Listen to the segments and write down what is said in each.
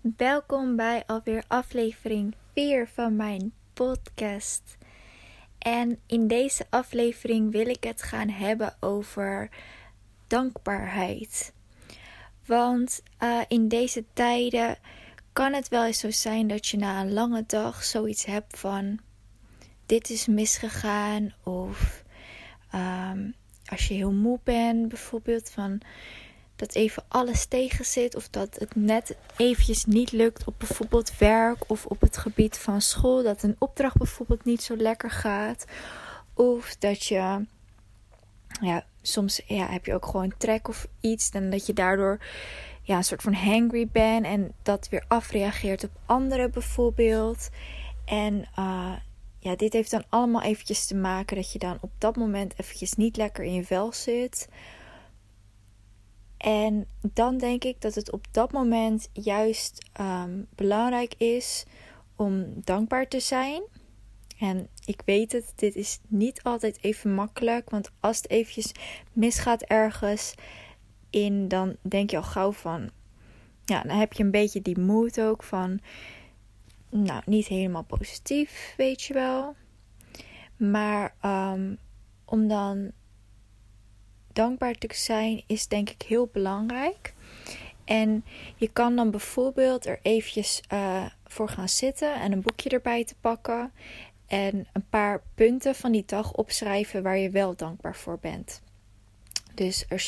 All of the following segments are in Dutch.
Welkom bij alweer aflevering 4 van mijn podcast. En in deze aflevering wil ik het gaan hebben over dankbaarheid. Want in deze tijden kan het wel eens zo zijn dat je na een lange dag zoiets hebt van: dit is misgegaan. Of als je heel moe bent bijvoorbeeld, van dat even alles tegen zit, of dat het net eventjes niet lukt op bijvoorbeeld werk of op het gebied van school, dat een opdracht bijvoorbeeld niet zo lekker gaat, of dat je soms heb je ook gewoon trek of iets, en dat je daardoor een soort van hangry bent en dat weer afreageert op anderen bijvoorbeeld. En dit heeft dan allemaal eventjes te maken dat je dan op dat moment eventjes niet lekker in je vel zit. En dan denk ik dat het op dat moment juist belangrijk is om dankbaar te zijn. En ik weet het, dit is niet altijd even makkelijk. Want als het eventjes misgaat ergens in, dan denk je al gauw van, dan heb je een beetje die mood ook van, niet helemaal positief, weet je wel. Maar om dan dankbaar te zijn is denk ik heel belangrijk. En je kan dan bijvoorbeeld er eventjes voor gaan zitten en een boekje erbij te pakken. En een paar punten van die dag opschrijven waar je wel dankbaar voor bent. Dus er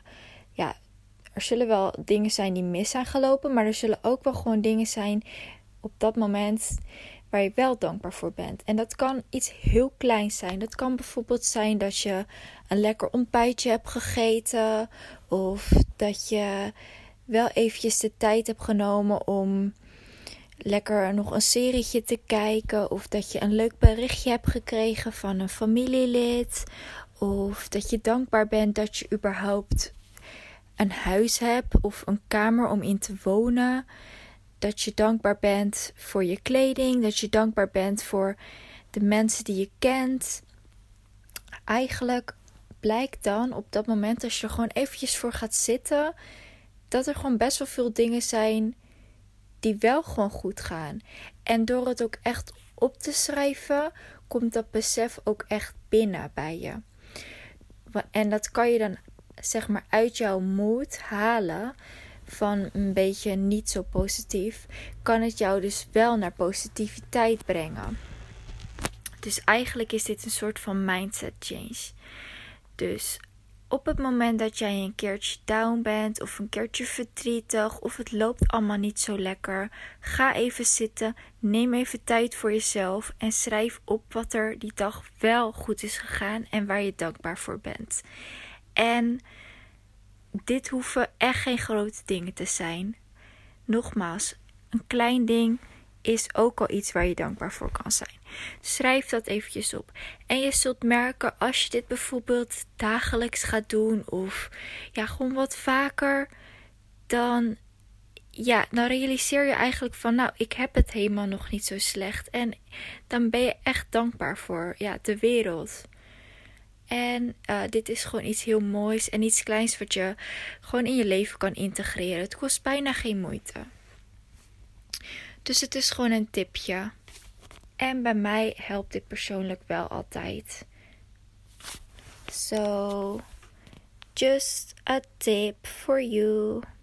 zullen wel dingen zijn die mis zijn gelopen. Maar er zullen ook wel gewoon dingen zijn op dat moment waar je wel dankbaar voor bent. En dat kan iets heel kleins zijn. Dat kan bijvoorbeeld zijn dat je een lekker ontbijtje hebt gegeten. Of dat je wel eventjes de tijd hebt genomen om lekker nog een serietje te kijken. Of dat je een leuk berichtje hebt gekregen van een familielid. Of dat je dankbaar bent dat je überhaupt een huis hebt of een kamer om in te wonen. Dat je dankbaar bent voor je kleding. Dat je dankbaar bent voor de mensen die je kent. Eigenlijk blijkt dan op dat moment, als je er gewoon eventjes voor gaat zitten, dat er gewoon best wel veel dingen zijn die wel gewoon goed gaan. En door het ook echt op te schrijven, komt dat besef ook echt binnen bij je. En dat kan je dan uit jouw mood halen van een beetje niet zo positief, kan het jou dus wel naar positiviteit brengen. Dus eigenlijk is dit een soort van mindset change. Dus op het moment dat jij een keertje down bent of een keertje verdrietig of het loopt allemaal niet zo lekker, ga even zitten, neem even tijd voor jezelf en schrijf op wat er die dag wel goed is gegaan en waar je dankbaar voor bent. En dit hoeven echt geen grote dingen te zijn. Nogmaals, een klein ding is ook al iets waar je dankbaar voor kan zijn. Schrijf dat eventjes op. En je zult merken, als je dit bijvoorbeeld dagelijks gaat doen of gewoon wat vaker, dan realiseer je eigenlijk van, ik heb het helemaal nog niet zo slecht. En dan ben je echt dankbaar voor de wereld. En dit is gewoon iets heel moois en iets kleins wat je gewoon in je leven kan integreren. Het kost bijna geen moeite. Dus het is gewoon een tipje. En bij mij helpt dit persoonlijk wel altijd. So, just a tip for you.